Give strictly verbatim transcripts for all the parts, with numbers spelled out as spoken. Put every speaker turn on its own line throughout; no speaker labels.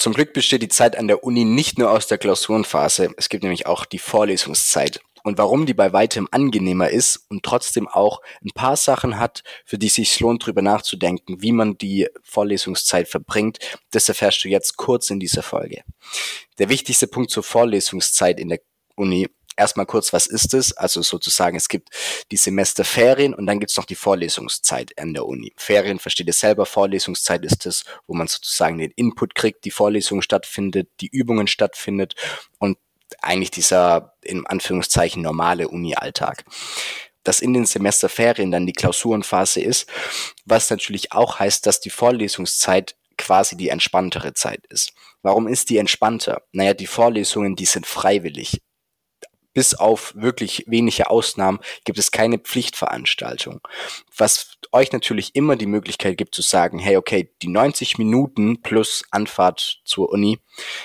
Zum Glück besteht die Zeit an der Uni nicht nur aus der Klausurenphase, es gibt nämlich auch die Vorlesungszeit. Und warum die bei weitem angenehmer ist und trotzdem auch ein paar Sachen hat, für die es sich lohnt, drüber nachzudenken, wie man die Vorlesungszeit verbringt, das erfährst du jetzt kurz in dieser Folge. Der wichtigste Punkt zur Vorlesungszeit in der Uni: erstmal kurz, was ist es? Also sozusagen, es gibt die Semesterferien und dann gibt es noch die Vorlesungszeit an der Uni. Ferien versteht ihr selber, Vorlesungszeit ist das, wo man sozusagen den Input kriegt, die Vorlesung stattfindet, die Übungen stattfindet und eigentlich dieser, in Anführungszeichen, normale Uni-Alltag. Dass in den Semesterferien dann die Klausurenphase ist, was natürlich auch heißt, dass die Vorlesungszeit quasi die entspanntere Zeit ist. Warum ist die entspannter? Naja, die Vorlesungen, die sind freiwillig. Bis auf wirklich wenige Ausnahmen gibt es keine Pflichtveranstaltung. Was euch natürlich immer die Möglichkeit gibt zu sagen, hey, okay, die neunzig Minuten plus Anfahrt zur Uni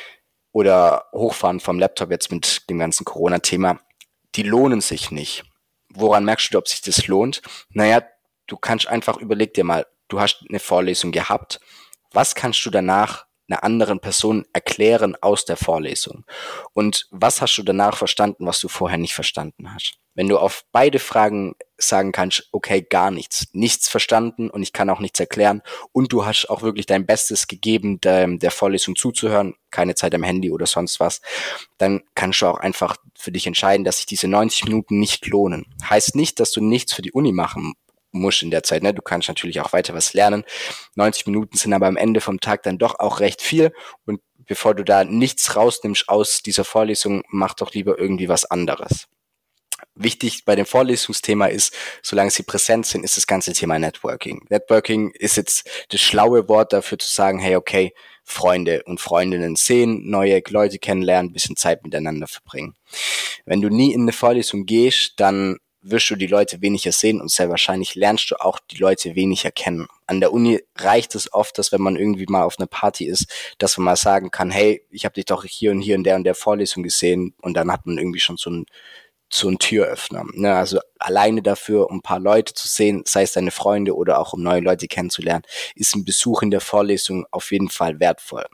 oder Hochfahren vom Laptop jetzt mit dem ganzen Corona-Thema, die lohnen sich nicht. Woran merkst du, ob sich das lohnt? Naja, du kannst einfach, überleg dir mal, du hast eine Vorlesung gehabt, was kannst du danach einer anderen Person erklären aus der Vorlesung? Und was hast du danach verstanden, was du vorher nicht verstanden hast? Wenn du auf beide Fragen sagen kannst, okay, gar nichts, nichts verstanden und ich kann auch nichts erklären und du hast auch wirklich dein Bestes gegeben, der, der Vorlesung zuzuhören, keine Zeit am Handy oder sonst was, dann kannst du auch einfach für dich entscheiden, dass sich diese neunzig Minuten nicht lohnen. Heißt nicht, dass du nichts für die Uni machen musst in der Zeit, ne? Du kannst natürlich auch weiter was lernen. neunzig Minuten sind aber am Ende vom Tag dann doch auch recht viel und bevor du da nichts rausnimmst aus dieser Vorlesung, mach doch lieber irgendwie was anderes. Wichtig bei dem Vorlesungsthema ist, solange sie präsent sind, ist das ganze Thema Networking. Networking ist jetzt das schlaue Wort dafür zu sagen, hey, okay, Freunde und Freundinnen sehen, neue Leute kennenlernen, ein bisschen Zeit miteinander verbringen. Wenn du nie in eine Vorlesung gehst, dann wirst du die Leute weniger sehen und sehr wahrscheinlich lernst du auch die Leute weniger kennen. An der Uni reicht es oft, dass wenn man irgendwie mal auf einer Party ist, dass man mal sagen kann, hey, ich habe dich doch hier und hier in der und der Vorlesung gesehen und dann hat man irgendwie schon so ein so ein Türöffner. Ne? Also alleine dafür, um ein paar Leute zu sehen, sei es deine Freunde oder auch um neue Leute kennenzulernen, ist ein Besuch in der Vorlesung auf jeden Fall wertvoll.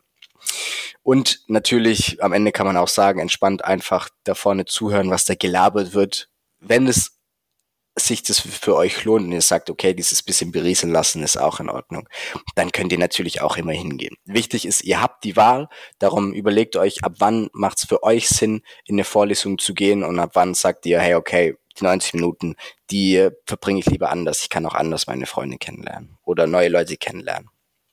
Und natürlich, am Ende kann man auch sagen, entspannt einfach da vorne zuhören, was da gelabert wird. Wenn es sich das für euch lohnt und ihr sagt, okay, dieses bisschen berieseln lassen ist auch in Ordnung, dann könnt ihr natürlich auch immer hingehen. Wichtig ist, ihr habt die Wahl, darum überlegt euch, ab wann macht es für euch Sinn, in eine Vorlesung zu gehen und ab wann sagt ihr, hey, okay, die neunzig Minuten, die verbringe ich lieber anders, ich kann auch anders meine Freunde kennenlernen oder neue Leute kennenlernen.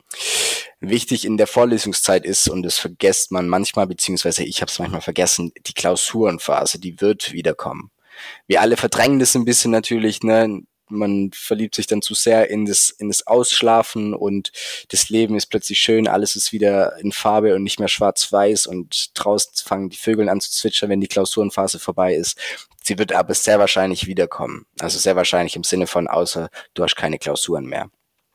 Wichtig in der Vorlesungszeit ist, und das vergisst man manchmal, beziehungsweise ich habe es manchmal vergessen, die Klausurenphase, die wird wiederkommen. Wir alle verdrängen das ein bisschen natürlich, ne? Man verliebt sich dann zu sehr in das, in das Ausschlafen und das Leben ist plötzlich schön, alles ist wieder in Farbe und nicht mehr schwarz-weiß und draußen fangen die Vögel an zu zwitschern, wenn die Klausurenphase vorbei ist. Sie wird aber sehr wahrscheinlich wiederkommen. Also sehr wahrscheinlich im Sinne von, außer du hast keine Klausuren mehr.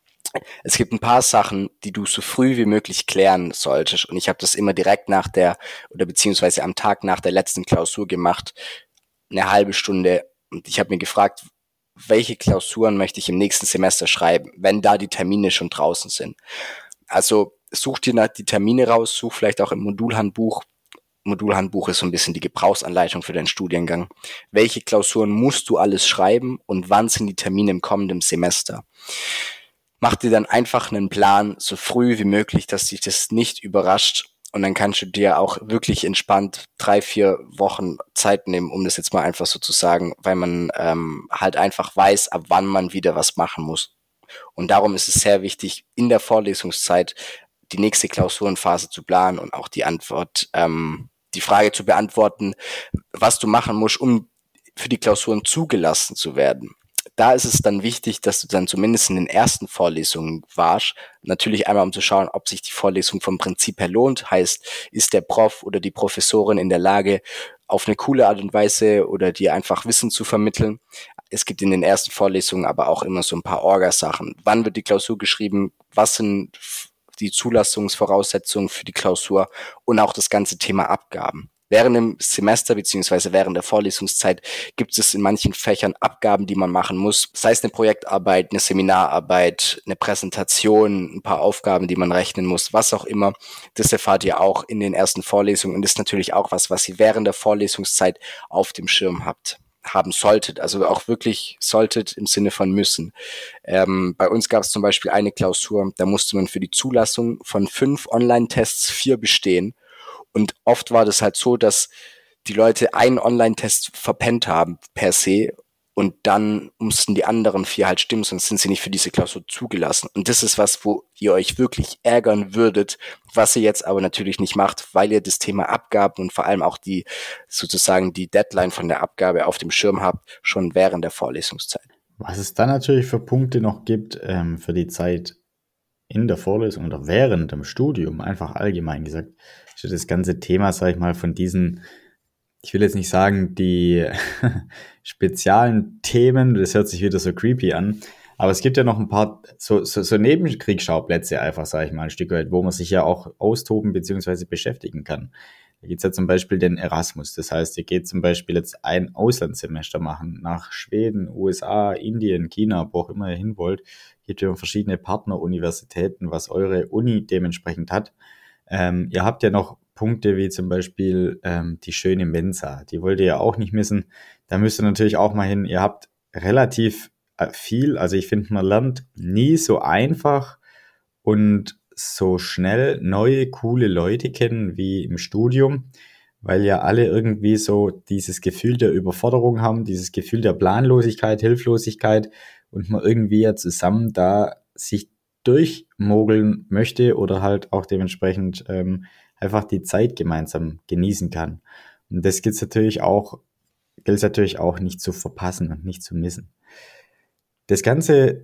Es gibt ein paar Sachen, die du so früh wie möglich klären solltest und ich habe das immer direkt nach der, oder beziehungsweise am Tag nach der letzten Klausur gemacht, eine halbe Stunde und ich habe mir gefragt, welche Klausuren möchte ich im nächsten Semester schreiben, wenn da die Termine schon draußen sind. Also such dir die Termine raus, such vielleicht auch im Modulhandbuch. Modulhandbuch ist so ein bisschen die Gebrauchsanleitung für deinen Studiengang. Welche Klausuren musst du alles schreiben und wann sind die Termine im kommenden Semester? Mach dir dann einfach einen Plan so früh wie möglich, dass dich das nicht überrascht. Und dann kannst du dir auch wirklich entspannt drei, vier Wochen Zeit nehmen, um das jetzt mal einfach so zu sagen, weil man ähm, halt einfach weiß, ab wann man wieder was machen muss. Und darum ist es sehr wichtig, in der Vorlesungszeit die nächste Klausurenphase zu planen und auch die Antwort, ähm, die Frage zu beantworten, was du machen musst, um für die Klausuren zugelassen zu werden. Da ist es dann wichtig, dass du dann zumindest in den ersten Vorlesungen warst. Natürlich einmal, um zu schauen, ob sich die Vorlesung vom Prinzip her lohnt. Heißt, ist der Prof oder die Professorin in der Lage, auf eine coole Art und Weise oder dir einfach Wissen zu vermitteln. Es gibt in den ersten Vorlesungen aber auch immer so ein paar Orga-Sachen. Wann wird die Klausur geschrieben? Was sind die Zulassungsvoraussetzungen für die Klausur? Und auch das ganze Thema Abgaben. Während dem Semester beziehungsweise während der Vorlesungszeit gibt es in manchen Fächern Abgaben, die man machen muss. Sei es eine Projektarbeit, eine Seminararbeit, eine Präsentation, ein paar Aufgaben, die man rechnen muss, was auch immer. Das erfahrt ihr auch in den ersten Vorlesungen und ist natürlich auch was, was ihr während der Vorlesungszeit auf dem Schirm habt. haben solltet, also auch wirklich solltet im Sinne von müssen. Ähm, bei uns gab es zum Beispiel eine Klausur, da musste man für die Zulassung von fünf Online-Tests vier bestehen. Und oft war das halt so, dass die Leute einen Online-Test verpennt haben per se und dann mussten die anderen vier halt stimmen, sonst sind sie nicht für diese Klausur zugelassen. Und das ist was, wo ihr euch wirklich ärgern würdet, was ihr jetzt aber natürlich nicht macht, weil ihr das Thema Abgaben und vor allem auch die sozusagen die Deadline von der Abgabe auf dem Schirm habt, schon während der Vorlesungszeit.
Was es dann natürlich für Punkte noch gibt ähm, für die Zeit in der Vorlesung oder während dem Studium, einfach allgemein gesagt, ist das ganze Thema, sag ich mal, von diesen, ich will jetzt nicht sagen, die speziellen Themen, das hört sich wieder so creepy an, aber es gibt ja noch ein paar so, so, so Nebenkriegsschauplätze einfach, sag ich mal, ein Stück weit, wo man sich ja auch austoben bzw. beschäftigen kann. Da gibt's ja zum Beispiel den Erasmus, das heißt, ihr geht zum Beispiel jetzt ein Auslandssemester machen, nach Schweden, U S A, Indien, China, wo auch immer ihr hin wollt, gibt ja verschiedene Partneruniversitäten, was eure Uni dementsprechend hat. Ähm, ihr habt ja noch Punkte wie zum Beispiel ähm, die schöne Mensa, die wollt ihr ja auch nicht missen. Da müsst ihr natürlich auch mal hin. Ihr habt relativ äh, viel, also ich finde, man lernt nie so einfach und so schnell neue, coole Leute kennen wie im Studium, weil ja alle irgendwie so dieses Gefühl der Überforderung haben, dieses Gefühl der Planlosigkeit, Hilflosigkeit und man irgendwie ja zusammen da sich durchmogeln möchte oder halt auch dementsprechend ähm, einfach die Zeit gemeinsam genießen kann. Und das gilt natürlich auch, gilt natürlich auch nicht zu verpassen und nicht zu missen. Das ganze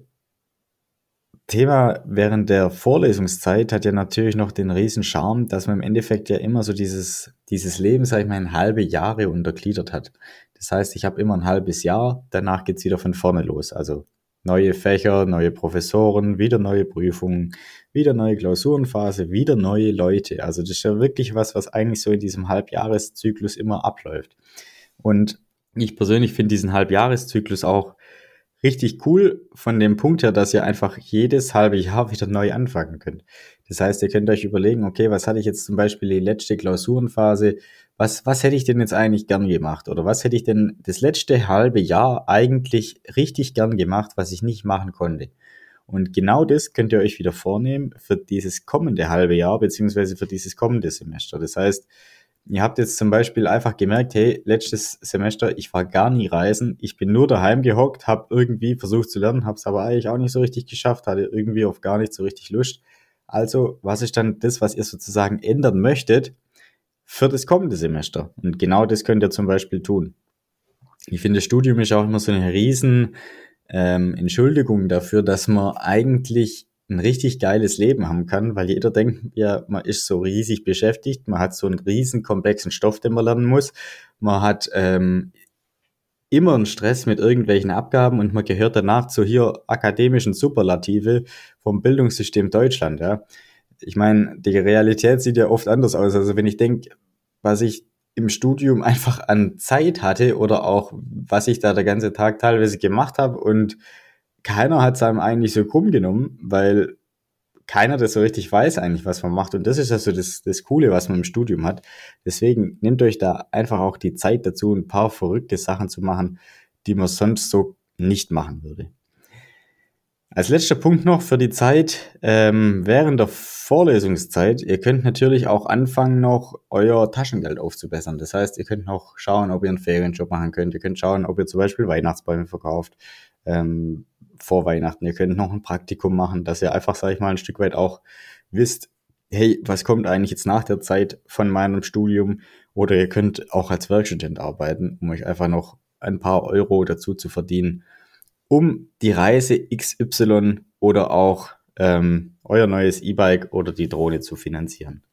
Thema während der Vorlesungszeit hat ja natürlich noch den riesen Charme, dass man im Endeffekt ja immer so dieses, dieses Leben, sag ich mal, in halbe Jahre untergliedert hat. Das heißt, ich habe immer ein halbes Jahr, danach geht's wieder von vorne los. Also neue Fächer, neue Professoren, wieder neue Prüfungen, wieder neue Klausurenphase, wieder neue Leute. Also das ist ja wirklich was, was eigentlich so in diesem Halbjahreszyklus immer abläuft. Und ich persönlich finde diesen Halbjahreszyklus auch richtig cool von dem Punkt her, dass ihr einfach jedes halbe Jahr wieder neu anfangen könnt. Das heißt, ihr könnt euch überlegen, okay, was hatte ich jetzt zum Beispiel die letzte Klausurenphase, was, was hätte ich denn jetzt eigentlich gern gemacht? Oder was hätte ich denn das letzte halbe Jahr eigentlich richtig gern gemacht, was ich nicht machen konnte? Und genau das könnt ihr euch wieder vornehmen für dieses kommende halbe Jahr, beziehungsweise für dieses kommende Semester. Das heißt, ihr habt jetzt zum Beispiel einfach gemerkt, hey, letztes Semester, ich war gar nie reisen, ich bin nur daheim gehockt, habe irgendwie versucht zu lernen, habe es aber eigentlich auch nicht so richtig geschafft, hatte irgendwie auf gar nicht so richtig Lust. Also, was ist dann das, was ihr sozusagen ändern möchtet für das kommende Semester? Und genau das könnt ihr zum Beispiel tun. Ich finde, das Studium ist auch immer so eine riesen ähm, Entschuldigung dafür, dass man eigentlich ein richtig geiles Leben haben kann, weil jeder denkt, ja, man ist so riesig beschäftigt, man hat so einen riesen komplexen Stoff, den man lernen muss, man hat ähm, immer einen Stress mit irgendwelchen Abgaben und man gehört danach zu hier akademischen Superlative vom Bildungssystem Deutschland, ja. Ich meine, die Realität sieht ja oft anders aus. Also wenn ich denke, was ich im Studium einfach an Zeit hatte oder auch was ich da der ganze Tag teilweise gemacht habe und keiner hat es einem eigentlich so krumm genommen, weil keiner das so richtig weiß eigentlich, was man macht. Und das ist also das, das Coole, was man im Studium hat. Deswegen nehmt euch da einfach auch die Zeit dazu, ein paar verrückte Sachen zu machen, die man sonst so nicht machen würde. Als letzter Punkt noch für die Zeit ähm, während der Vorlesungszeit. Ihr könnt natürlich auch anfangen, noch euer Taschengeld aufzubessern. Das heißt, ihr könnt noch schauen, ob ihr einen Ferienjob machen könnt. Ihr könnt schauen, ob ihr zum Beispiel Weihnachtsbäume verkauft ähm, vor Weihnachten. Ihr könnt noch ein Praktikum machen, dass ihr einfach, sag ich mal, ein Stück weit auch wisst, hey, was kommt eigentlich jetzt nach der Zeit von meinem Studium? Oder ihr könnt auch als Werkstudent arbeiten, um euch einfach noch ein paar Euro dazu zu verdienen, um die Reise X Y oder auch ähm, euer neues E-Bike oder die Drohne zu finanzieren.